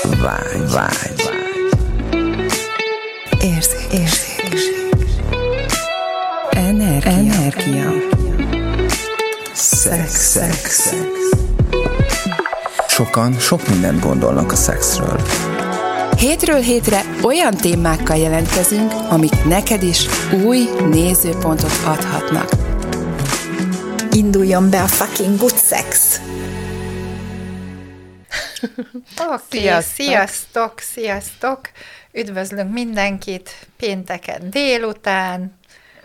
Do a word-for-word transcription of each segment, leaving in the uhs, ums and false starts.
Vágy, vágy, vágy. Érzék, érzék. Energia. Energia. Szex, szex, szex. Sokan sok mindent gondolnak a szexről. Hétről hétre olyan témákkal jelentkezünk, amik neked is új nézőpontot adhatnak. Induljon be a fucking good sex! Oké, okay, sziasztok, sziasztok! Üdvözlünk mindenkit pénteken délután,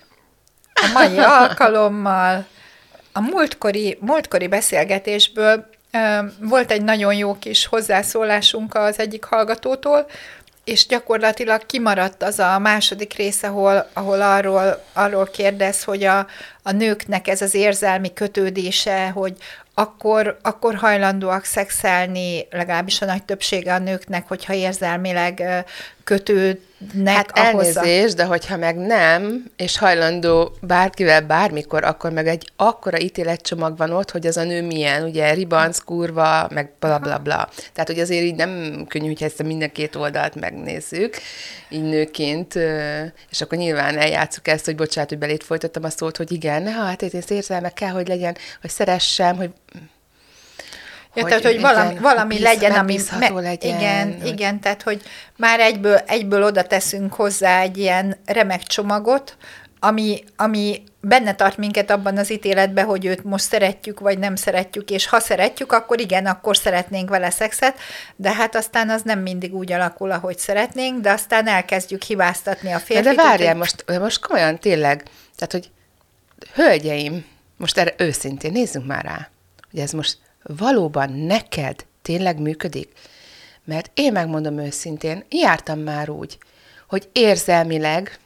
a mai alkalommal. A múltkori, múltkori beszélgetésből uh, volt egy nagyon jó kis hozzászólásunk az egyik hallgatótól, és gyakorlatilag kimaradt az a második rész, ahol, ahol arról, arról kérdez, hogy a, a nőknek ez az érzelmi kötődése, hogy akkor, akkor hajlandóak szexelni, legalábbis a nagy többsége a nőknek, hogyha érzelmileg kötődnek hát ahhoz. Elnézést, de hogyha meg nem, és hajlandó bárkivel bármikor, akkor meg egy akkora ítéletcsomag van ott, hogy az a nő milyen, ugye ribanc, kurva, meg bla bla bla. Tehát, hogy azért így nem könnyű, hogyha ezt a minden két oldalt megnézzük, így nőként, és akkor nyilván eljátszuk ezt, hogy bocsánat, hogy belét folytattam a szót, hogy igen, ha hát ez érzelmek kell, hogy legyen, hogy szeressem, hogy Ja, hogy, tehát, hogy valami, igen, valami bíz, legyen, ami... Me, legyen. Igen, hogy... igen, tehát, hogy már egyből, egyből oda teszünk hozzá egy ilyen remek csomagot, ami, ami benne tart minket abban az ítéletben, hogy őt most szeretjük, vagy nem szeretjük, és ha szeretjük, akkor igen, akkor szeretnénk vele szexet, de hát aztán az nem mindig úgy alakul, ahogy szeretnénk, de aztán elkezdjük hibáztatni a férfit. De várjál, hogy... most, most komolyan tényleg, tehát, hogy hölgyeim, most erre őszintén nézzünk már rá, hogy ez most valóban neked tényleg működik? Mert én megmondom őszintén, jártam már úgy, hogy érzelmileg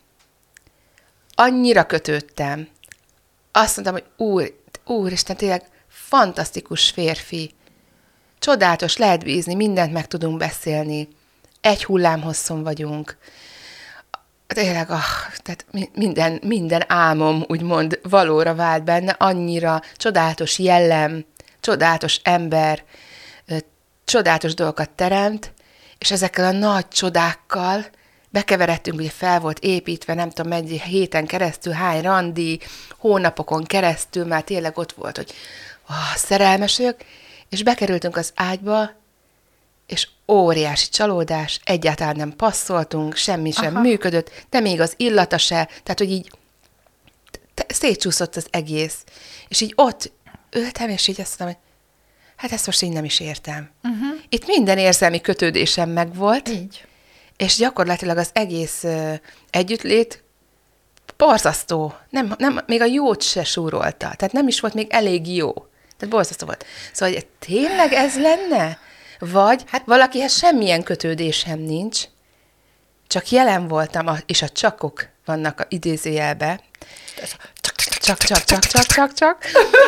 annyira kötődtem. Azt mondtam, hogy úr, úristen, tényleg fantasztikus férfi, csodálatos, lehet bízni, mindent meg tudunk beszélni, egy hullámhosszon vagyunk. Tényleg, ah, tehát minden, minden álmom úgymond valóra vált benne, annyira csodálatos jellem, csodálatos ember, csodálatos dolgokat teremt, és ezekkel a nagy csodákkal bekeveredtünk, ugye fel volt építve, nem tudom, egy héten keresztül, hány randi, hónapokon keresztül, már tényleg ott volt, hogy oh, szerelmes vagyok, és bekerültünk az ágyba, és óriási csalódás, egyáltalán nem passzoltunk, semmi sem Aha. működött, de még az illata se, tehát, hogy így szétcsúszott az egész. És így ott ültem, és így azt mondom, hogy hát ezt most így nem is értem. Uh-huh. Itt minden érzelmi kötődésem megvolt, így. És gyakorlatilag az egész uh, együttlét borzasztó. Nem, nem, még a jót se súrolta. Tehát nem is volt még elég jó. Tehát borzasztó volt. Szóval, hogy tényleg ez lenne? Vagy hát valakihez semmilyen kötődésem nincs, csak jelen voltam, a, és a csakok vannak a idézőjelbe. Csak, csak, csak, csak, csak, csak, csak.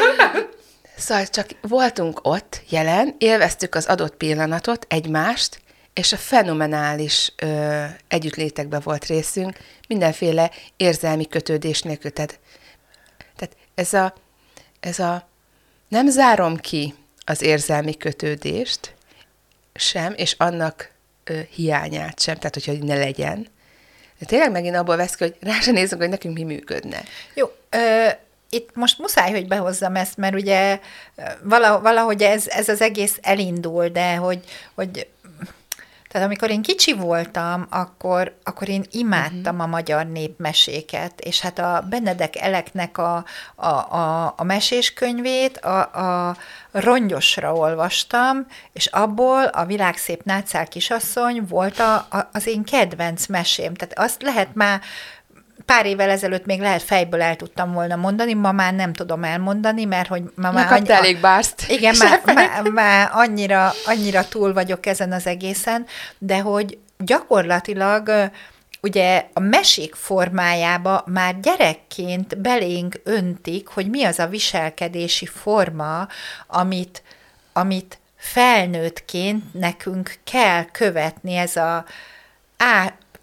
Szóval csak voltunk ott jelen, élveztük az adott pillanatot, egymást, és a fenomenális ö, együttlétekben volt részünk, mindenféle érzelmi kötődés nélkül. Tehát, tehát ez, a, ez a... Nem zárom ki az érzelmi kötődést sem, és annak ö, hiányát sem, tehát hogyha ne legyen. De tényleg megint abból vesz ki, hogy rá se nézzünk, hogy nekünk mi működne. Jó, ö, itt most muszáj, hogy behozzam ezt, mert ugye valahogy ez, ez az egész elindul, de hogy, hogy tehát amikor én kicsi voltam, akkor, akkor én imádtam uh-huh. a magyar népmeséket, és hát a Benedek Eleknek a, a, a, a meséskönyvét a, a rongyosra olvastam, és abból a Világszép Nátszál kisasszony volt a, a, az én kedvenc mesém. Tehát azt lehet már pár évvel ezelőtt még lehet fejből el tudtam volna mondani, ma már nem tudom elmondani, mert hogy ma már... Annyi, elég bárszt. Igen, már, már, már annyira, annyira túl vagyok ezen az egészen, de hogy gyakorlatilag ugye a mesék formájába már gyerekként belénk öntik, hogy mi az a viselkedési forma, amit, amit felnőttként nekünk kell követni, ez a á,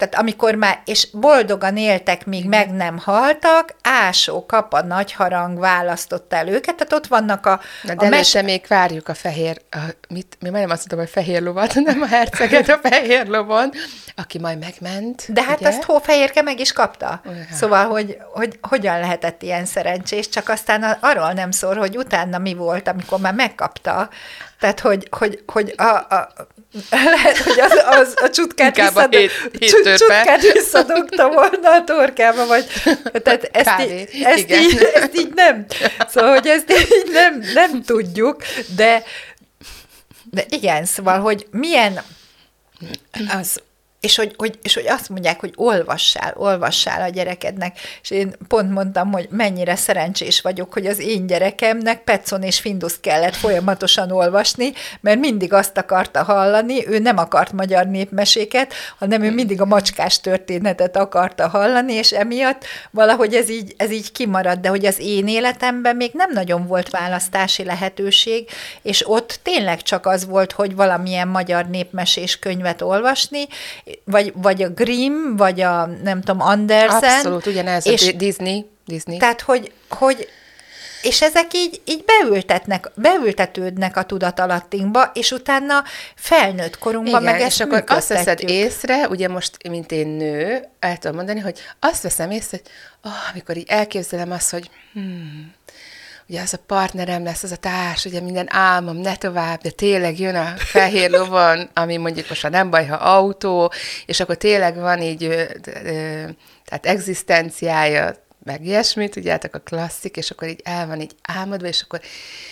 tehát amikor már, és boldogan éltek, míg meg nem haltak, Ásó Kapa nagy harang választotta el őket, tehát ott vannak a... Na, de a mes- mes- még várjuk a fehér, a, mit, mi majdnem azt mondom, hogy fehér lovat, nem a herceget a fehér lovon, aki majd megment. De hát ugye? azt Hófehérke meg is kapta. Olyan. Szóval, hogy, hogy hogyan lehetett ilyen szerencsés, csak aztán arról nem szól, hogy utána mi volt, amikor már megkapta. Tehát, hogy, hogy, hogy a, a, lehet, hogy az, az a csutkát, visszadog, hét, hét csut, csutkát visszadogta volna a torkába, vagy tehát ezt, így, ezt, így, ezt így nem. Szóval, hogy ezt így nem, nem tudjuk, de, de igen, szóval, hogy milyen az... És hogy, hogy, és hogy azt mondják, hogy olvassál, olvassál a gyerekednek, és én pont mondtam, hogy mennyire szerencsés vagyok, hogy az én gyerekemnek Petson és Finduszt kellett folyamatosan olvasni, mert mindig azt akarta hallani, ő nem akart magyar népmeséket, hanem ő mindig a macskás történetet akarta hallani, és emiatt valahogy ez így, ez így kimarad, de hogy az én életemben még nem nagyon volt választási lehetőség, és ott tényleg csak az volt, hogy valamilyen magyar népmesés könyvet olvasni, vagy, vagy a Grimm, vagy a, nem tudom, Andersen. Abszolút, ugyanez és, a Disney. Disney. Tehát, hogy, hogy és ezek így, így beültetnek, beültetődnek a tudatalattinkba, és utána felnőtt korunkban meg ezt és akkor azt veszed működtetjük. észre, ugye most, mint én nő, el tudom mondani, hogy azt veszem észre, hogy oh, amikor így elképzelem azt, hogy hmm, ugye az a partnerem lesz, az a társ, ugye minden álmom, ne tovább, de tényleg jön a fehér lovon, ami mondjuk most nem baj, ha autó, és akkor tényleg van így, ö, ö, tehát egzisztenciája, meg ilyesmit, tudjátok, a klasszik, és akkor így el van így álmodva, és akkor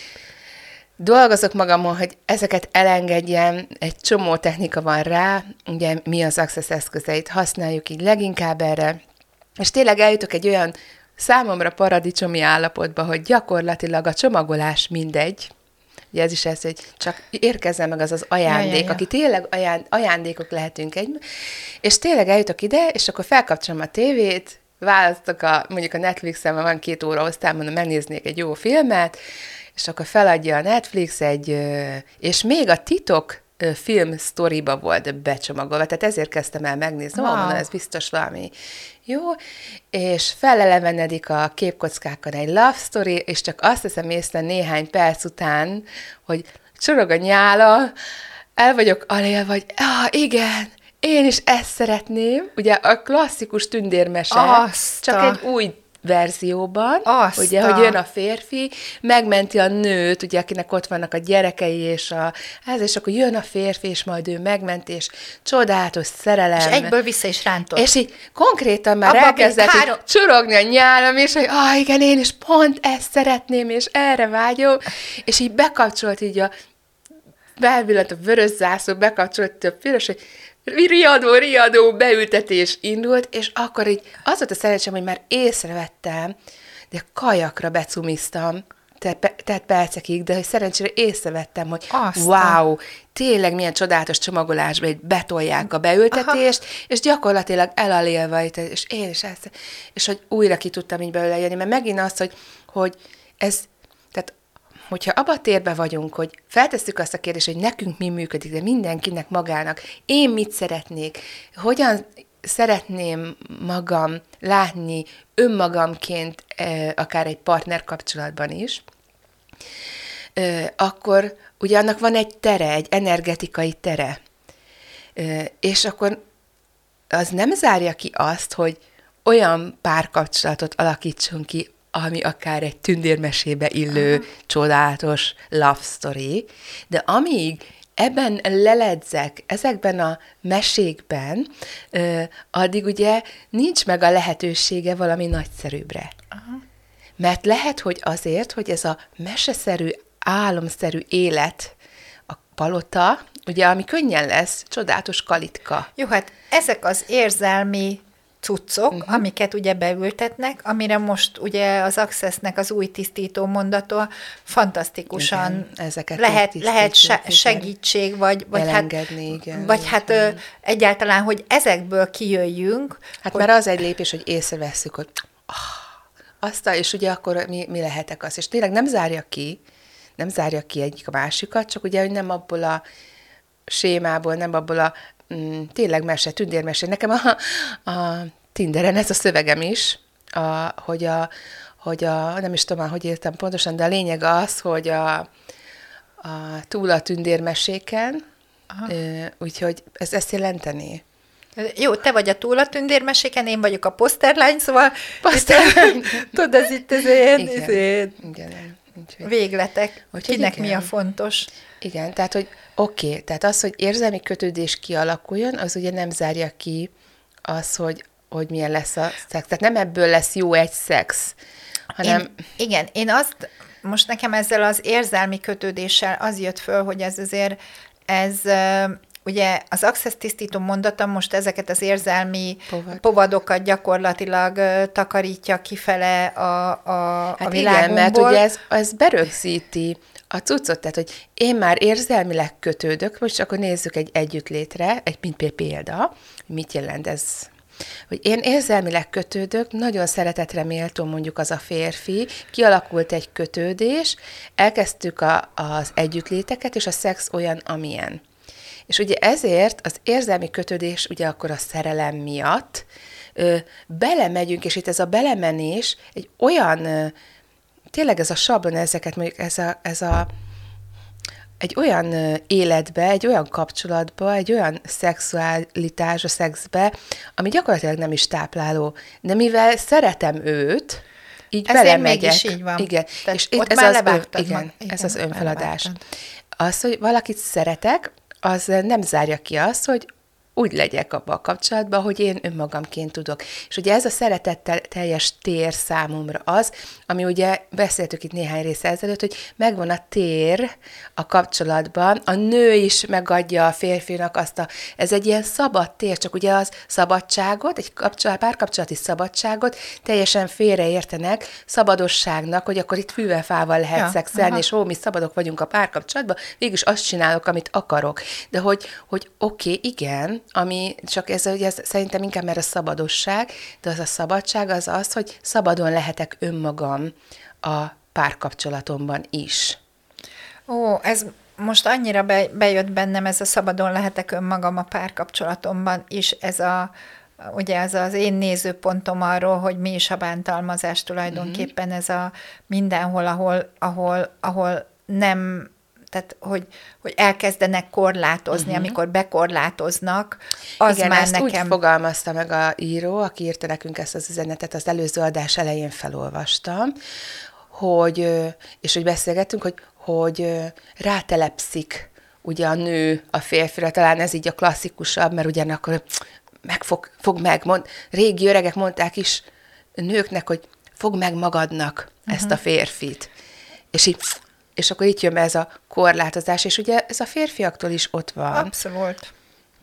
dolgozok magamon, hogy ezeket elengedjem, egy csomó technika van rá, ugye mi az Access eszközeit használjuk így leginkább erre, és tényleg eljutok egy olyan számomra paradicsomi állapotba, hogy gyakorlatilag a csomagolás mindegy, ugye ez is ez, hogy csak érkezzen meg az az ajándék, ja, ja, ja. aki tényleg aján, ajándékok lehetünk egy, és tényleg eljutok ide, és akkor felkapcsolom a tévét, választok a, mondjuk a Netflixen van két óra, aztán mondom, megnéznék egy jó filmet, és akkor feladja a Netflix egy, és még a titok film sztoriba volt becsomagolva, tehát ezért kezdtem el megnézni, wow. mondom, ez biztos valami jó, és felelevenedik a képkockákon egy love story, és csak azt teszem észre néhány perc után, hogy csorog a nyála, el vagyok alélve, vagy ah, igen, én is ezt szeretném, ugye a klasszikus tündérmese, Azt csak a... egy új verzióban, Azt ugye, a... hogy jön a férfi, megmenti a nőt, ugye, akinek ott vannak a gyerekei, és a, ez, és akkor jön a férfi, és majd ő megmenti, és csodálatos szerelem. És egyből vissza is rántott. És így konkrétan már Abba elkezdett három... csorogni a nyálam, és hogy ah, igen, én is pont ezt szeretném, és erre vágyom, és így bekapcsolt így a belvillant a vörös zászló, bekapcsolt több piros, hogy riadó, riadó beültetés indult, és akkor így az volt a szerencsém, hogy már észrevettem, de kajakra becumiztam, tehát percekig, de hogy szerencsére észrevettem, hogy Aztán. wow, tényleg milyen csodálatos csomagolásba így betolják a beültetést, aha. és gyakorlatilag elalélva, és én is ezt, és hogy újra ki tudtam így belőle jönni, mert megint az, hogy, hogy ez, tehát hogyha abba a térben vagyunk, hogy feltesszük azt a kérdést, hogy nekünk mi működik, de mindenkinek magának, én mit szeretnék, hogyan szeretném magam látni önmagamként, akár egy partner kapcsolatban is, akkor ugye annak van egy tere, egy energetikai tere. És akkor az nem zárja ki azt, hogy olyan párkapcsolatot alakítsunk ki, ami akár egy tündérmesébe illő, aha. csodálatos love story, de amíg ebben leledzek, ezekben a mesékben, addig ugye nincs meg a lehetősége valami nagyszerűbbre. Aha. Mert lehet, hogy azért, hogy ez a meseszerű, álomszerű élet, a palota, ugye, ami könnyen lesz, csodálatos kalitka. Jó, hát ezek az érzelmi cuccok, uh-huh. amiket ugye beültetnek, amire most ugye az Accessnek az új tisztító mondata fantasztikusan igen, ezeket lehet, lehet se, segítség, vagy, vagy hát, igen, vagy hát ö, egyáltalán, hogy ezekből kijöjjünk. Hát hogy... már az egy lépés, hogy észrevesszük, hogy ah, azt a, és ugye akkor mi, mi lehetek az, és tényleg nem zárja ki, nem zárja ki egyik a másikat, csak ugye, hogy nem abból a sémából, nem abból a mm, tényleg mese, tündérmese. Nekem a, a Tinderen ez a szövegem is, a, hogy, a, hogy a, nem is tudom már, hogy írtam pontosan, de a lényeg az, hogy a, a túl a tündérmeséken, ö, úgyhogy ez ezt jelenteni. Jó, te vagy a túl a tündérmeséken, én vagyok a poszterlány, szóval Poszterlány. tudod, ez itt az én, Igen, az én igen. Úgyhogy, végletek, úgyhogy kinek igen. mi a fontos. Igen, tehát, hogy oké, okay, tehát az, hogy érzelmi kötődés kialakuljon, az ugye nem zárja ki az, hogy, hogy milyen lesz a szex. Tehát nem ebből lesz jó egy szex, hanem... Én, igen, én azt, most nekem ezzel az érzelmi kötődéssel az jött föl, hogy ez azért, ez... Ugye az access tisztító mondatom most ezeket az érzelmi Povad. povadokat gyakorlatilag uh, takarítja kifele a, a, Hát a igen, világunkból. mert ugye ez, ez berögzíti a cuccot, tehát, hogy én már érzelmileg kötődök, most akkor nézzük egy együttlétre, egy mint példa, mit jelent ez. Hogy én érzelmileg kötődök, nagyon szeretetre méltó mondjuk az a férfi, kialakult egy kötődés, elkezdtük a, az együttléteket, és a szex olyan, amilyen. És ugye ezért az érzelmi kötődés, ugye akkor a szerelem miatt ö, belemegyünk, és itt ez a belemenés egy olyan, ö, tényleg ez a sablon, ezeket mondjuk ez a, ez a egy olyan ö, életbe, egy olyan kapcsolatba, egy olyan szexualitás a szexbe, ami gyakorlatilag nem is tápláló. De mivel szeretem őt, így ezért belemegyek. mégis így van. Igen, Tehát és ott itt ez már az, ön, levágtad igen, mag- igen, ez az önfeladás. levágtad. Az, hogy valakit szeretek, az nem zárja ki azt, hogy úgy legyek abban a kapcsolatban, hogy én önmagamként tudok. És ugye ez a szeretettel teljes tér számomra az, ami ugye beszéltük itt néhány része ezelőtt, hogy megvan a tér a kapcsolatban, a nő is megadja a férfinak azt a, ez egy ilyen szabad tér, csak ugye az szabadságot, egy kapcsolat, párkapcsolati szabadságot teljesen félreértenek szabadosságnak, hogy akkor itt fűvel-fával lehet Ja, szexelni, aha. és ó, mi szabadok vagyunk a párkapcsolatban, végülis azt csinálok, amit akarok. De hogy, hogy oké, okay, igen, ami csak ez, ez szerintem inkább már a szabadosság, de az a szabadság az az, hogy szabadon lehetek önmagam a párkapcsolatomban is. Ó, ez most annyira be, bejött bennem ez a szabadon lehetek önmagam a párkapcsolatomban is, ez a, ugye ez az én nézőpontom arról, hogy mi is a bántalmazás tulajdonképpen, mm-hmm. ez a mindenhol, ahol, ahol, ahol nem... Tehát, hogy, hogy elkezdenek korlátozni, uh-huh. amikor bekorlátoznak, az igen, már ezt nekem... úgy fogalmazta meg a író, aki írta nekünk ezt az üzenetet, az előző adás elején felolvastam, hogy, és hogy beszélgettünk, hogy, hogy rátelepszik ugye a nő a férfira, talán ez így a klasszikusabb, mert ugyanakkor meg fog, fog meg, mond, régi öregek mondták is nőknek, hogy fog meg magadnak uh-huh. ezt a férfit. És így és akkor itt jön be ez a korlátozás, és ugye ez a férfiaktól is ott van. Abszolút.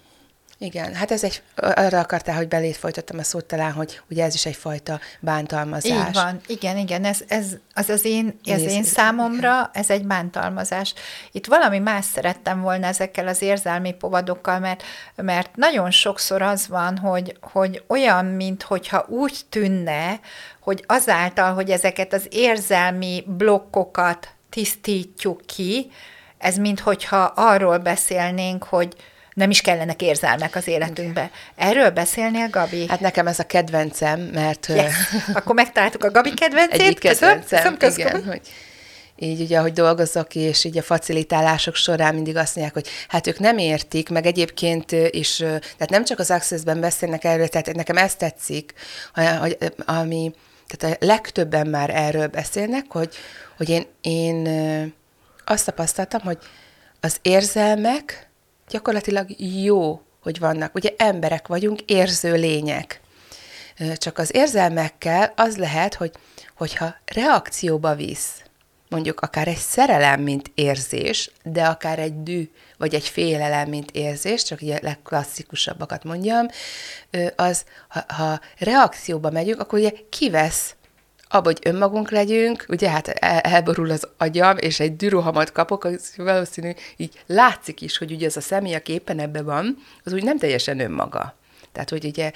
Igen, hát ez egy, arra akartál, hogy belét folytattam a szót talán, hogy ugye ez is egyfajta bántalmazás. Így van, igen, igen, ez, ez az az én, ez Nézd, én számomra, ez egy bántalmazás. Itt valami más szerettem volna ezekkel az érzelmi povadokkal, mert, mert nagyon sokszor az van, hogy, hogy olyan, minthogyha úgy tűnne, hogy azáltal, hogy ezeket az érzelmi blokkokat tisztítjuk ki, ez minthogyha arról beszélnénk, hogy nem is kellenek érzelmek az életünkbe. Erről beszélnél, Gabi? Hát nekem ez a kedvencem, mert... Yes. Akkor megtaláltuk a Gabi kedvencét. Egyik kedvencem, köszön, köszön, igen, hogy így ugye, ahogy dolgozok, és így a facilitálások során mindig azt mondják, hogy hát ők nem értik, meg egyébként is, tehát nem csak az Access-ben beszélnek erről, tehát nekem ez tetszik, hogy, ami, tehát a legtöbben már erről beszélnek, hogy, hogy én, én azt tapasztaltam, hogy az érzelmek gyakorlatilag jó, hogy vannak. Ugye emberek vagyunk, érző lények. Csak az érzelmekkel az lehet, hogy, hogyha reakcióba visz, mondjuk akár egy szerelem, mint érzés, de akár egy dű, vagy egy félelem, mint érzés, csak ugye a legklasszikusabbakat mondjam, az, ha, ha reakcióba megyünk, akkor ugye kivesz abba, hogy önmagunk legyünk, ugye hát el, elborul az agyam, és egy dürohamot kapok, az valószínű, így látszik is, hogy ugye az a személy, aki éppen ebben van, az úgy nem teljesen önmaga. Tehát, hogy ugye,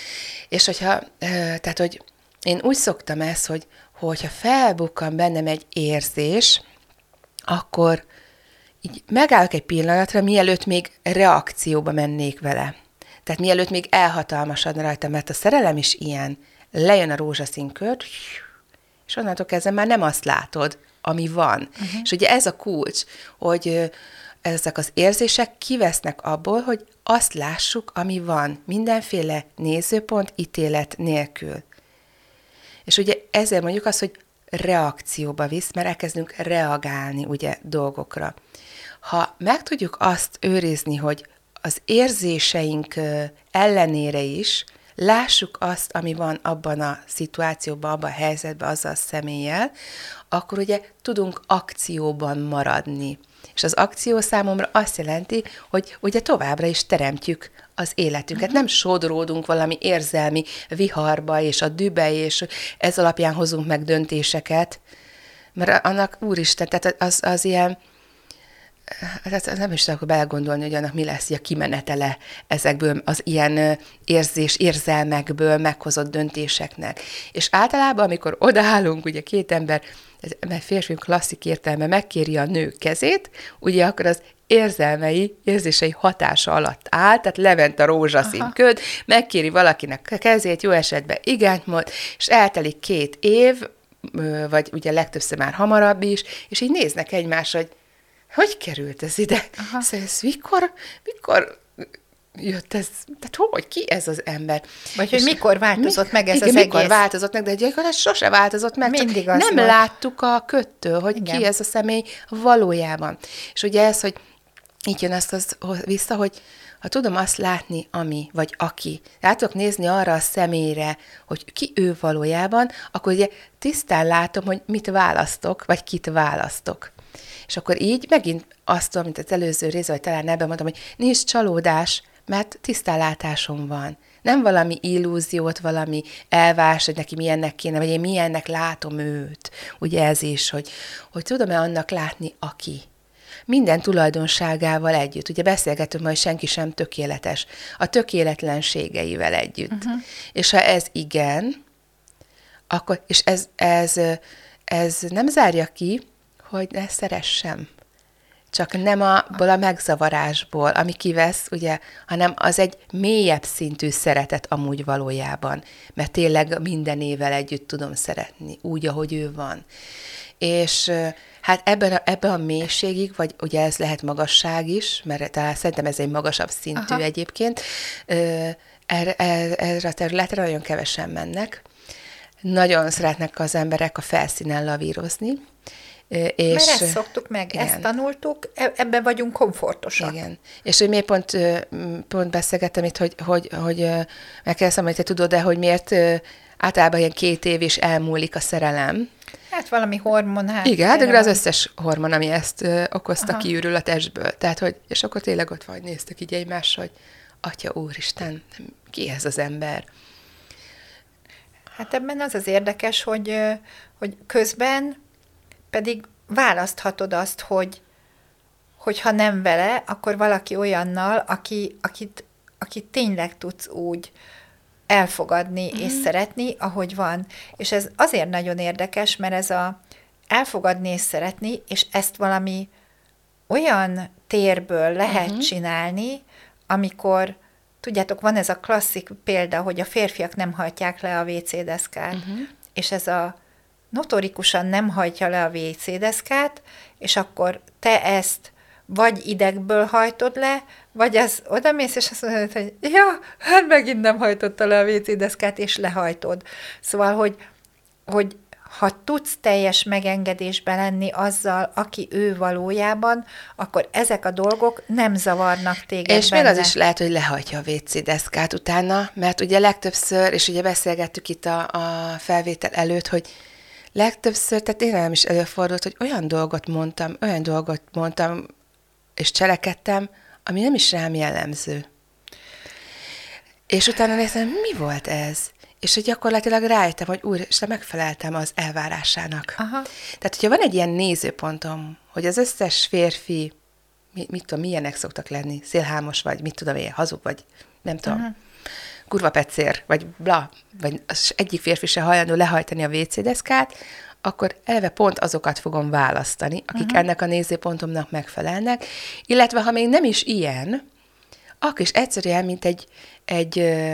és hogyha, tehát, hogy én úgy szoktam ezt, hogy hogyha felbukkan bennem egy érzés, akkor így megállok egy pillanatra, mielőtt még reakcióba mennék vele. Tehát mielőtt még elhatalmasodna rajta, mert a szerelem is ilyen. Lejön a rózsaszín kör, és onnantól kezdve már nem azt látod, ami van. Uh-huh. És ugye ez a kulcs, hogy ezek az érzések kivesznek abból, hogy azt lássuk, ami van. Mindenféle nézőpont, ítélet nélkül. És ugye ezért mondjuk azt, hogy reakcióba visz, mert elkezdünk reagálni ugye dolgokra. Ha meg tudjuk azt őrizni, hogy az érzéseink ellenére is lássuk azt, ami van abban a szituációban, abban a helyzetben, azzal a személlyel, akkor ugye tudunk akcióban maradni. És az akció számomra azt jelenti, hogy ugye továbbra is teremtjük az életünket. Uh-huh. Nem sodródunk valami érzelmi viharba és a dübe, és ez alapján hozunk meg döntéseket, mert annak úristen, tehát az, az ilyen, hát nem is tudok belegondolni, hogy annak mi lesz a kimenetele ezekből az ilyen érzés, érzelmekből meghozott döntéseknek. És általában, amikor odaállunk, ugye két ember, mert férfi klasszik értelme megkéri a nő kezét, ugye akkor az érzelmei, érzései hatása alatt áll, tehát lement a rózsaszín Aha. köd, megkéri valakinek a kezét, jó esetben igent mond, és eltelik két év, vagy ugye legtöbbször már hamarabb is, és így néznek egymásra, hogy hogy került ez ide? Aha. Szóval ez mikor, mikor jött ez, tehát hogy, ki ez az ember? Vagy hogy mikor változott mi, meg ez igen, az mikor egész? változott meg, de gyakorlatilag sose változott meg. Mindig az nem volt. láttuk a köttől, hogy igen. ki ez a személy valójában. És ugye ez, hogy így jön azt az vissza, hogy ha tudom azt látni, ami, vagy aki, rá tudok nézni arra a személyre, hogy ki ő valójában, akkor ugye tisztán látom, hogy mit választok, vagy kit választok. És akkor így megint azt tudom, mint az előző rész, vagy talán ebben mondtam, hogy nincs csalódás, mert tisztánlátásom van. Nem valami illúziót, valami elvás, hogy neki milyennek kéne, vagy én milyennek látom őt. Ugye ez is, hogy, hogy tudom-e annak látni, aki. Minden tulajdonságával együtt. Ugye beszélgetünk majd, hogy senki sem tökéletes. A tökéletlenségeivel együtt. Uh-huh. És ha ez igen, akkor, és ez, ez, ez nem zárja ki, hogy ne szeressem. Csak nem abból a megzavarásból, ami kivesz, ugye, hanem az egy mélyebb szintű szeretet amúgy valójában, mert tényleg mindenével együtt tudom szeretni, úgy, ahogy ő van. És hát ebben a, ebben a mélységig, vagy ugye ez lehet magasság is, mert talán szerintem ez egy magasabb szintű Aha. egyébként, erre, erre a területre nagyon kevesen mennek. Nagyon szeretnek az emberek a felszínen lavírozni, és mert ezt szoktuk meg, igen. ezt tanultuk, ebben vagyunk komfortosak. Igen. És hogy miért pont, pont beszélgettem itt, hogy, hogy, hogy megkérdeztem, hogy te tudod-e, hogy miért általában ilyen két év is elmúlik a szerelem. Hát valami hormon. Hát igen, de az összes hormon, ami ezt okozta, Aha. kiürül a testből. Tehát, hogy, és akkor tényleg ott vagy, néztek így egymásra, hogy Atya Úristen, ki ez az ember? Hát ebben az az érdekes, hogy, hogy közben pedig választhatod azt, hogy hogyha nem vele, akkor valaki olyannal, aki, akit, akit tényleg tudsz úgy elfogadni mm. és szeretni, ahogy van. És ez azért nagyon érdekes, mert ez a elfogadni és szeretni, és ezt valami olyan térből lehet mm-hmm. csinálni, amikor, tudjátok, van ez a klasszik példa, hogy a férfiak nem hajtják le a vé cé deszkát, mm-hmm. és ez a notorikusan nem hajtja le a vé cé deszkát, és akkor te ezt vagy idegből hajtod le, vagy az odamész, és azt mondod, hogy ja, hát megint nem hajtotta le a vé cé deszkát, és lehajtod. Szóval, hogy, hogy ha tudsz teljes megengedésben lenni azzal, aki ő valójában, akkor ezek a dolgok nem zavarnak téged És benne. még az is lehet, hogy lehajtja a vé cé deszkát utána, mert ugye legtöbbször, és ugye beszélgettük itt a, a felvétel előtt, hogy legtöbbször, tehát én nem is előfordult, hogy olyan dolgot mondtam, olyan dolgot mondtam, és cselekedtem, ami nem is rám jellemző. És utána néztem, mi volt ez? És hogy gyakorlatilag rájöttem, hogy úr, és megfeleltem az elvárásának. Aha. Tehát, hogyha van egy ilyen nézőpontom, hogy az összes férfi, mit, mit tudom, milyenek szoktak lenni, szélhámos vagy, mit tudom én, hazug vagy, nem tudom, uh-huh. kurva pecér, vagy bla, vagy egyik férfi se hajlandó lehajtani a vé cé deszkát, akkor eleve pont azokat fogom választani, akik Uh-huh. ennek a nézőpontomnak megfelelnek, illetve ha még nem is ilyen, akkor is egyszerűen, mint egy, egy, ö,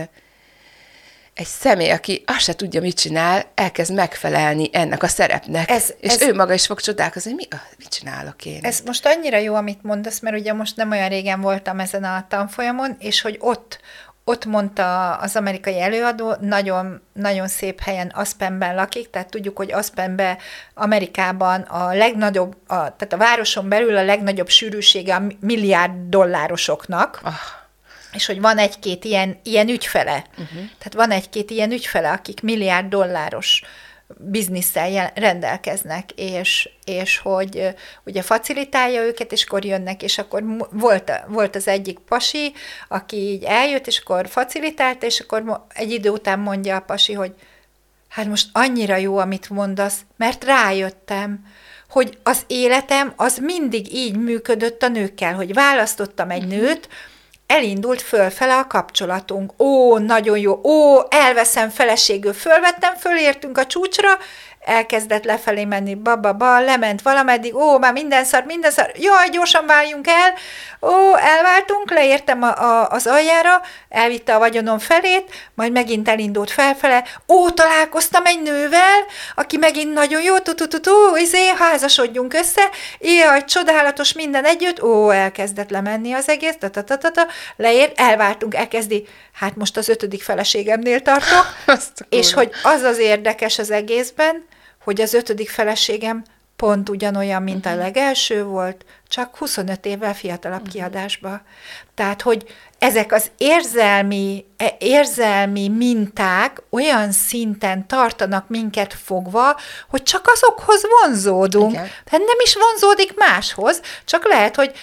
egy személy, aki azt se tudja, mit csinál, elkezd megfelelni ennek a szerepnek, Ez- és ez- ő maga is fog csodálkozni, hogy mi, ah, mit csinálok én. Ez most annyira jó, amit mondasz, mert ugye most nem olyan régen voltam ezen a tanfolyamon, és hogy ott, ott mondta az amerikai előadó, nagyon, nagyon szép helyen, Aspenben lakik, tehát tudjuk, hogy Aspenben Amerikában a legnagyobb, a, tehát a városon belül a legnagyobb sűrűsége a milliárd dollárosoknak, Ah. és hogy van egy-két ilyen, ilyen ügyfele. Uh-huh. Tehát van egy-két ilyen ügyfele, akik milliárd dolláros bizniszsel jel- rendelkeznek, és, és hogy ö, ugye facilitálja őket, és akkor jönnek, és akkor mu- volt, volt az egyik pasi, aki így eljött, és akkor facilitálta, és akkor mo- egy idő után mondja a pasi, hogy hát most annyira jó, amit mondasz, mert rájöttem, hogy az életem az mindig így működött a nőkkel, hogy választottam egy nőt, elindult fölfele a kapcsolatunk. Ó, nagyon jó, ó, elveszem feleségül, fölvettem, fölértünk a csúcsra, elkezdett lefelé menni, ba-ba-ba, lement valameddig, ó, már minden szar, minden szar, jaj, gyorsan váljunk el, ó, elváltunk, leértem a, a, az aljára, elvitte a vagyonom felét, majd megint elindult felfele, ó, találkoztam egy nővel, aki megint nagyon jó, tu-tu-tu-tu, izé, házasodjunk össze, jaj, csodálatos minden együtt, ó, elkezdett lemenni az egész, ta-ta-ta-ta, leért, elváltunk, elkezdi, hát most az ötödik feleségemnél tartok, és hogy az az érdekes az egészben, hogy az ötödik feleségem pont ugyanolyan, mint a legelső volt, csak huszonöt évvel fiatalabb kiadásba. Tehát, hogy ezek az érzelmi, e- érzelmi minták olyan szinten tartanak minket fogva, hogy csak azokhoz vonzódunk. Igen. Tehát nem is vonzódik máshoz, csak lehet, hogy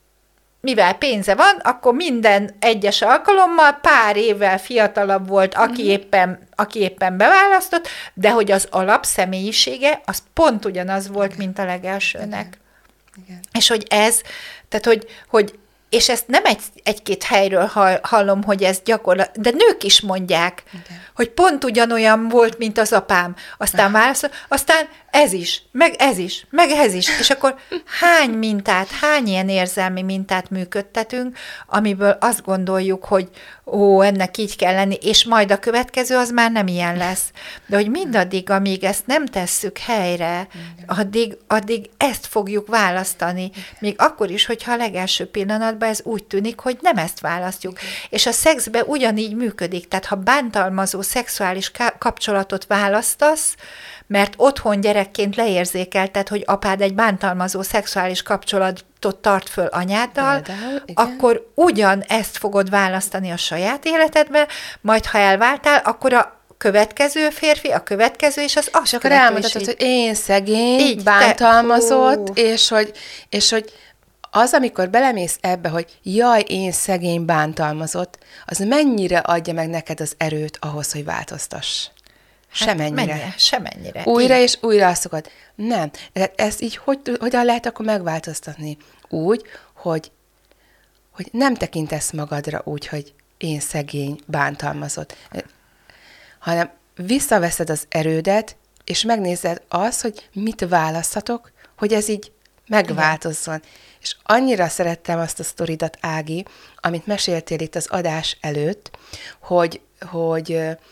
mivel pénze van, akkor minden egyes alkalommal pár évvel fiatalabb volt, aki, éppen, aki éppen beválasztott, de hogy az alapszemélyisége, az pont ugyanaz volt, mint a legelsőnek. Igen. És hogy ez, tehát hogy, hogy és ezt nem egy, egy-két helyről hall, hallom, hogy ez gyakorlat, de nők is mondják, Igen. hogy pont ugyanolyan volt, mint az apám. Aztán válaszol, aztán ez is, meg ez is, meg ez is. És akkor hány mintát, hány ilyen érzelmi mintát működtetünk, amiből azt gondoljuk, hogy ó, ennek így kell lenni, és majd a következő az már nem ilyen lesz. De hogy mindaddig, amíg ezt nem tesszük helyre, addig, addig ezt fogjuk választani. Még akkor is, hogyha a legelső pillanatban ez úgy tűnik, hogy nem ezt választjuk. És a szexben ugyanígy működik. Tehát ha bántalmazó szexuális ká- kapcsolatot választasz, mert otthon gyerekként leérzékelted, hogy apád egy bántalmazó szexuális kapcsolatot tart föl anyáddal, Például, igen. akkor ugyan ezt fogod választani a saját életedbe, majd ha elváltál, akkor a következő férfi, a következő, és az azt És akkor követő is elmondhatod, így. hogy én szegény, Így, te- bántalmazott, hú. és hogy, és hogy az, amikor belemész ebbe, hogy jaj, én szegény, bántalmazott, az mennyire adja meg neked az erőt ahhoz, hogy változtass. Semennyire. Mennyire, semennyire. Újra Így. és újra azt szokod. Nem. Tehát ezt így hogy, hogyan lehet akkor megváltoztatni? Úgy, hogy, hogy nem tekintesz magadra úgy, hogy én szegény, bántalmazott, hanem visszaveszed az erődet, és megnézed azt, hogy mit választhatok, hogy ez így megváltozzon. Igen. És annyira szerettem azt a sztoridat, Ági, amit meséltél itt az adás előtt, hogy, hogy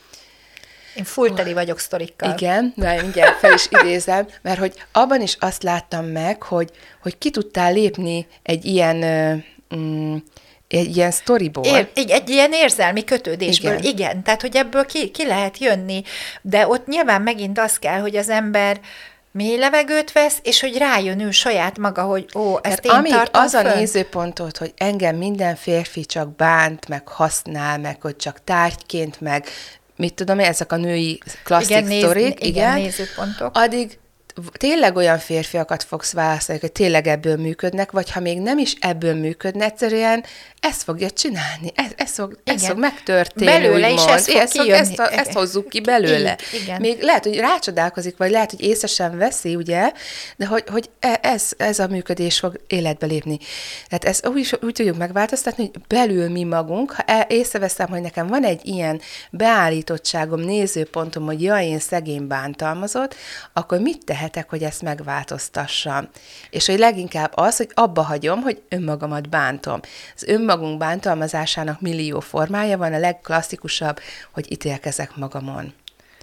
Én full teli vagyok sztorikkal. igen, de mindjárt fel is idézem, mert hogy abban is azt láttam meg, hogy, hogy ki tudtál lépni egy ilyen, mm, egy ilyen sztoriból. É, egy, egy ilyen érzelmi kötődésből, igen. Igen. igen. Tehát, hogy ebből ki, ki lehet jönni, de ott nyilván megint az kell, hogy az ember mély levegőt vesz, és hogy rájön ő saját maga, hogy ó, ezt Mert én amíg tartom az a fönn. nézőpontot, hogy engem minden férfi csak bánt, meg használ, meg hogy csak tárgyként, meg mit tudom én, ezek a női klasszik Igen, néz- sztorik, igen, igen, nézőpontok. addig tényleg olyan férfiakat fogsz választani, hogy tényleg ebből működnek, vagy ha még nem is ebből működne, egyszerűen ezt fogja csinálni, ez, ez, fog, ez fog megtörténni, belőle is ez fog ezt, kijönni. ezt, a, ezt hozzuk ki belőle. Így, igen. Még lehet, hogy rácsodálkozik, vagy lehet, hogy észre sem veszi, ugye, de hogy, hogy ez, ez a működés fog életbe lépni. Tehát ezt úgy, úgy tudjuk megváltoztatni, hogy belül mi magunk, ha észreveszem, hogy nekem van egy ilyen beállítottságom, nézőpontom, hogy jaj, én szegény bántalmazott, akkor mit tehetek, hogy ezt megváltoztassam? És hogy leginkább az, hogy abba hagyom, hogy önmagamat bántom. Az önmagunk bántalmazásának millió formája van, a legklasszikusabb, hogy ítélkezek magamon.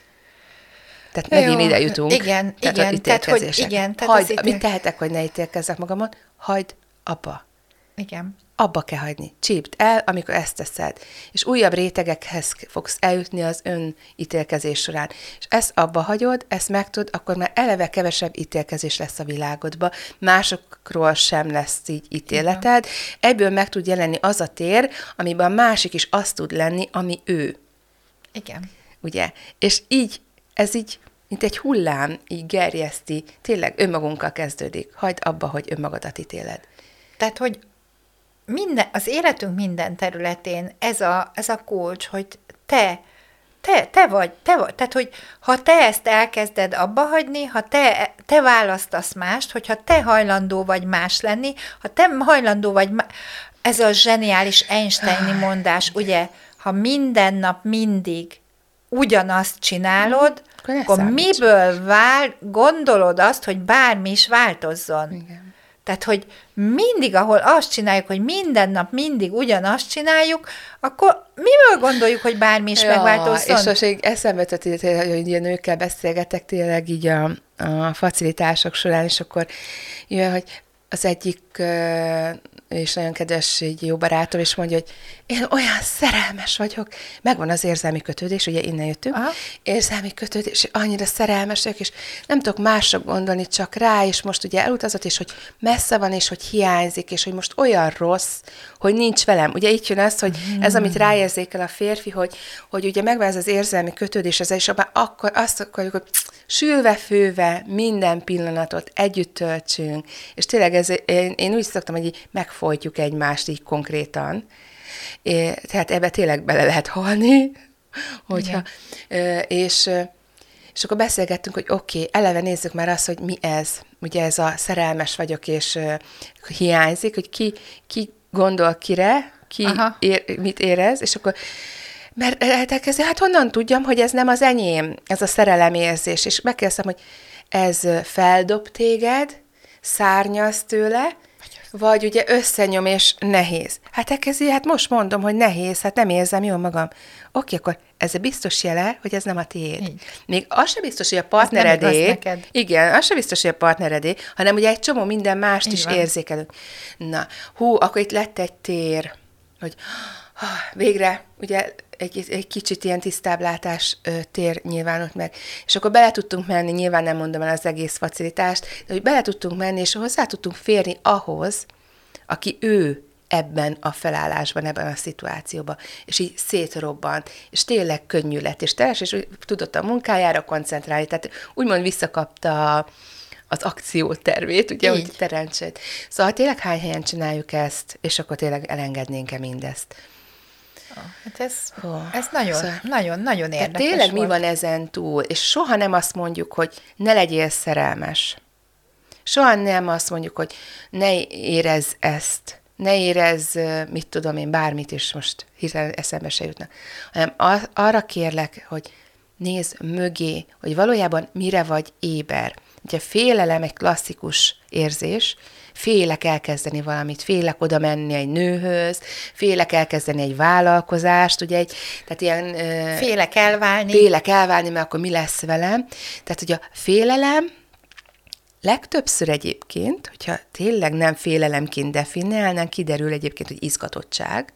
Tehát megint ide jutunk. Igen, tehát igen. Tehát, hogy igen. Tehát Hagyd, ítél... mit tehetek, hogy ne ítélkezzek magamon? Hagyd abba. Igen. Abba kell hagyni. Csípd el, amikor ezt teszed. És újabb rétegekhez fogsz eljutni az önítélkezés során. És ezt abba hagyod, ezt megtud, akkor már eleve kevesebb ítélkezés lesz a világodba, másokról sem lesz így ítéleted. Ebből meg tud jelenni az a tér, amiben a másik is azt tud lenni, ami ő. Igen. Ugye? És így, ez így, mint egy hullám, így gerjeszti, tényleg önmagunkkal kezdődik. Hagyd abba, hogy önmagadat ítéled. Tehát, hogy minden, az életünk minden területén ez a, ez a kulcs, hogy te, te, te vagy, te vagy. Tehát, hogy ha te ezt elkezded abba hagyni, ha te, te választasz mást, hogyha te hajlandó vagy más lenni, ha te hajlandó vagy, má... ez a zseniális Einsteini mondás, ugye, ha minden nap mindig ugyanazt csinálod, akkor, akkor miből vál, gondolod azt, hogy bármi is változzon. Igen. Tehát, hogy mindig, ahol azt csináljuk, hogy minden nap mindig ugyanazt csináljuk, akkor miből gondoljuk, hogy bármi is ja, megváltozzon? És most még eszembe jutott, hogy ilyen nőkkel beszélgetek tényleg így a, a facilitások során, és akkor jön, hogy az egyik és nagyon kedves így jó barátom, és mondja, hogy én olyan szerelmes vagyok, megvan az érzelmi kötődés, ugye innen jöttünk, aha. Érzelmi kötődés, annyira szerelmes vagyok, és nem tudok másra gondolni, csak rá, és most ugye elutazott, és hogy messze van, és hogy hiányzik, és hogy most olyan rossz, hogy nincs velem. Ugye itt jön az, hogy hmm. ez, amit ráérzékel a férfi, hogy, hogy ugye megvan ez az érzelmi kötődés, ez, és abban akkor azt akarjuk, hogy sülve-főve minden pillanatot együtt töltsünk, és tényleg ez, én, én úgy szoktam, hogy így megfojtjuk egymást így konkrétan, é, tehát ebbe tényleg bele lehet halni, hogyha, és, és akkor beszélgettünk, hogy oké, okay, eleve nézzük már azt, hogy mi ez, ugye ez a szerelmes vagyok, és hiányzik, hogy ki, ki gondol kire, ki ér, mit érez, és akkor mert elkezdő, hát honnan tudjam, hogy ez nem az enyém, ez a szerelemérzés, és megkérdeztem, hogy ez feldob téged, szárnyalsz tőle, vagy ugye összenyom, és nehéz. Hát elkezdi, hát most mondom, hogy nehéz, hát nem érzem jól magam. Oké, akkor ez a biztos jele, hogy ez nem a tiéd. Így. Még az sem biztos, hogy a partneredé, igen, az sem biztos, hogy a partneredé, hanem ugye egy csomó minden mást így is van. Érzékelünk. Na, hú, akkor itt lett egy tér, hogy végre, ugye egy, egy kicsit ilyen tisztáblátás ö, tér nyilvánult meg. És akkor bele tudtunk menni, nyilván nem mondom el az egész facilitást, de hogy bele tudtunk menni, és hozzá tudtunk férni ahhoz, aki ő ebben a felállásban, ebben a szituációban, és így szétrobbant, és tényleg könnyű lett, és teljesen, és úgy tudott a munkájára koncentrálni, tehát úgymond visszakapta az akciótervét, ugye, így. Hogy teremtsed. Szóval tényleg hány helyen csináljuk ezt, és akkor tényleg elengednénk-e mindezt. Hát ez, oh, ez nagyon, szóval, nagyon, nagyon érdekes tényleg volt. Mi van ezen túl, és soha nem azt mondjuk, hogy ne legyél szerelmes. Soha nem azt mondjuk, hogy ne érezz ezt, ne érezz, mit tudom én, bármit is most hirtelen eszembe se jutna. Hanem arra kérlek, hogy nézd mögé, hogy valójában mire vagy éber. Ugye félelem egy klasszikus érzés, félek elkezdeni valamit, félek oda menni egy nőhöz, félek elkezdeni egy vállalkozást, ugye egy, tehát ilyen... Félek elválni. Félek elválni, mert akkor mi lesz velem. Tehát, hogy a félelem legtöbbször egyébként, hogyha tényleg nem félelemként definiálnánk, kiderül egyébként, hogy izgatottság,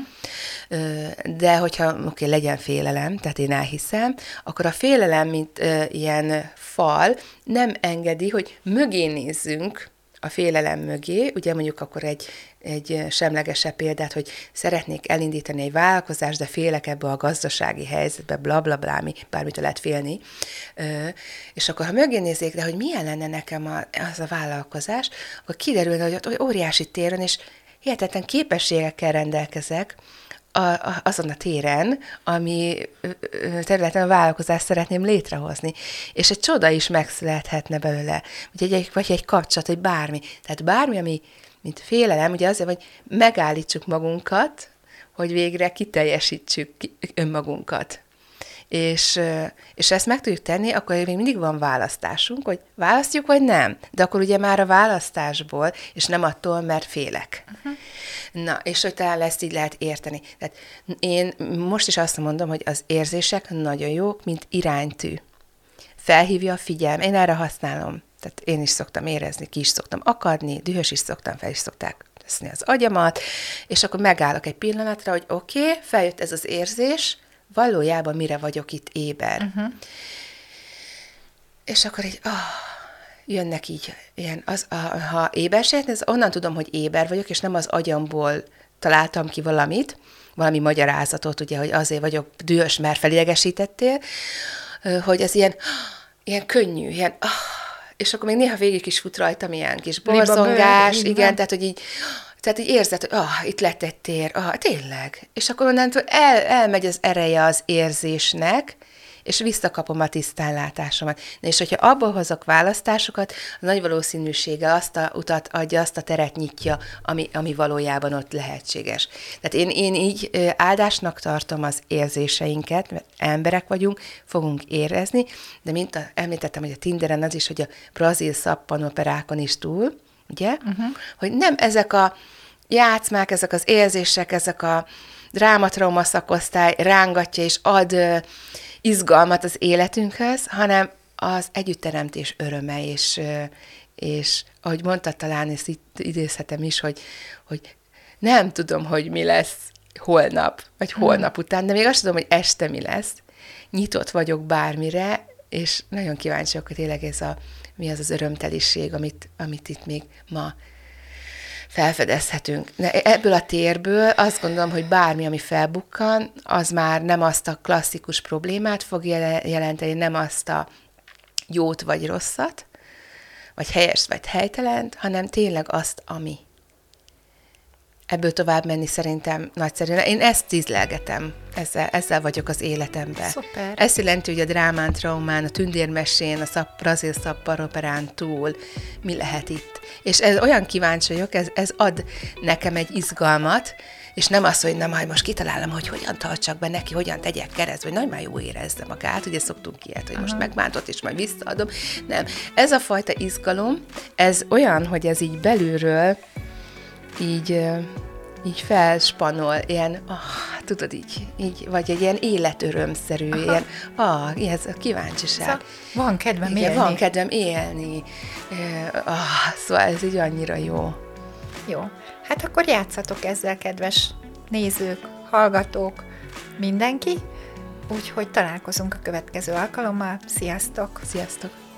uh-huh. de hogyha oké, okay, legyen félelem, tehát én elhiszem, akkor a félelem, mint uh, ilyen fal, nem engedi, hogy mögé nézzünk, a félelem mögé, ugye mondjuk akkor egy egy semlegesebb példát, hogy szeretnék elindítani egy vállalkozást, de félek ebbe a gazdasági helyzetbe, blablabla, bla, bla, bármitől lehet félni. És akkor, ha mögé nézzék, de hogy milyen lenne nekem a, az a vállalkozás, akkor kiderülne, hogy ott óriási tér van, és hihetetlen képességekkel rendelkezek, A, a, azon a téren, ami területen a vállalkozást szeretném létrehozni. És egy csoda is megszülethetne belőle, vagy egy, vagy egy kapcsolat, vagy bármi. Tehát bármi, ami, mint félelem, ugye azért, hogy megállítsuk magunkat, hogy végre kiteljesítsük önmagunkat. És, és ezt meg tudjuk tenni, akkor még mindig van választásunk, hogy választjuk, vagy nem. De akkor ugye már a választásból, és nem attól, mert félek. Uh-huh. Na, és hogy talán ezt így lehet érteni. Tehát én most is azt mondom, hogy az érzések nagyon jók, mint iránytű. Felhívja a figyelm. Én erre használom. Tehát én is szoktam érezni, ki is szoktam akadni, dühös is szoktam, fel is szokták teszni az agyamat, és akkor megállok egy pillanatra, hogy oké, okay, feljött ez az érzés, valójában mire vagyok itt éber. Uh-huh. És akkor így, oh, jönnek így, ilyen, az, a, ha éberség, ez onnan tudom, hogy éber vagyok, és nem az agyamból találtam ki valamit, valami magyarázatot, ugye, hogy azért vagyok dühös, mert felidegesítettél, hogy ez ilyen, ilyen könnyű, ilyen, oh, és akkor még néha végig is fut rajtam ilyen kis borzongás, bőr, igen, tehát, hogy így, tehát így érzed, hogy ah, itt lett egy tér, ah, tényleg. És akkor onnantól el, elmegy az ereje az érzésnek, és visszakapom a tisztánlátásomat. Na és hogyha abból hozok választásokat, a nagy valószínűsége azt a utat adja, azt a teret nyitja, ami, ami valójában ott lehetséges. Tehát én, én így áldásnak tartom az érzéseinket, mert emberek vagyunk, fogunk érezni, de mint a, említettem, hogy a Tinderen az is, hogy a brazil szappanoperákon is túl, ugye, uh-huh. hogy nem ezek a játszmák, ezek az érzések, ezek a drámatrauma szakosztály rángatja és ad uh, izgalmat az életünkhöz, hanem az együttteremtés öröme, és, uh, és ahogy mondtad, talán ezt itt idézhetem is, hogy, hogy nem tudom, hogy mi lesz holnap, vagy holnap uh-huh. után, de még azt tudom, hogy este mi lesz. Nyitott vagyok bármire, és nagyon kíváncsi vagyok, hogy tényleg ez a mi az az örömteliség, amit, amit itt még ma felfedezhetünk. Ebből a térből azt gondolom, hogy bármi, ami felbukkan, az már nem azt a klasszikus problémát fog jelenteni, nem azt a jót vagy rosszat, vagy helyes vagy helytelent, hanem tényleg azt, ami. Ebből tovább menni szerintem nagyszerű. Én ezt tízlelgetem, ezzel, ezzel vagyok az életemben. Szuper. Ez jelenti, hogy a drámán, traumán, a tündérmesén, a szap, brazil szappanoperán túl mi lehet itt. És ez olyan kíváncsi vagyok, ez, ez ad nekem egy izgalmat, és nem az, hogy na majd most kitalálom, hogy hogyan tartsak be neki, hogyan tegyek keresztbe, vagy nagy már jó érezze magát, ugye szoktunk ilyet, hogy Aha. most megbántott, és majd visszaadom. Nem. Ez a fajta izgalom, ez olyan, hogy ez így belülről így, így felspanol, ilyen, ah, tudod így, így, vagy egy ilyen életörömszerű, Aha. ilyen, ah, ez a kíváncsiság. Szóval van kedvem Igen, élni. Van kedvem élni. Ah, szóval ez így annyira jó. Jó. Hát akkor játszatok ezzel, kedves nézők, hallgatók, mindenki, úgyhogy találkozunk a következő alkalommal. Sziasztok! Sziasztok!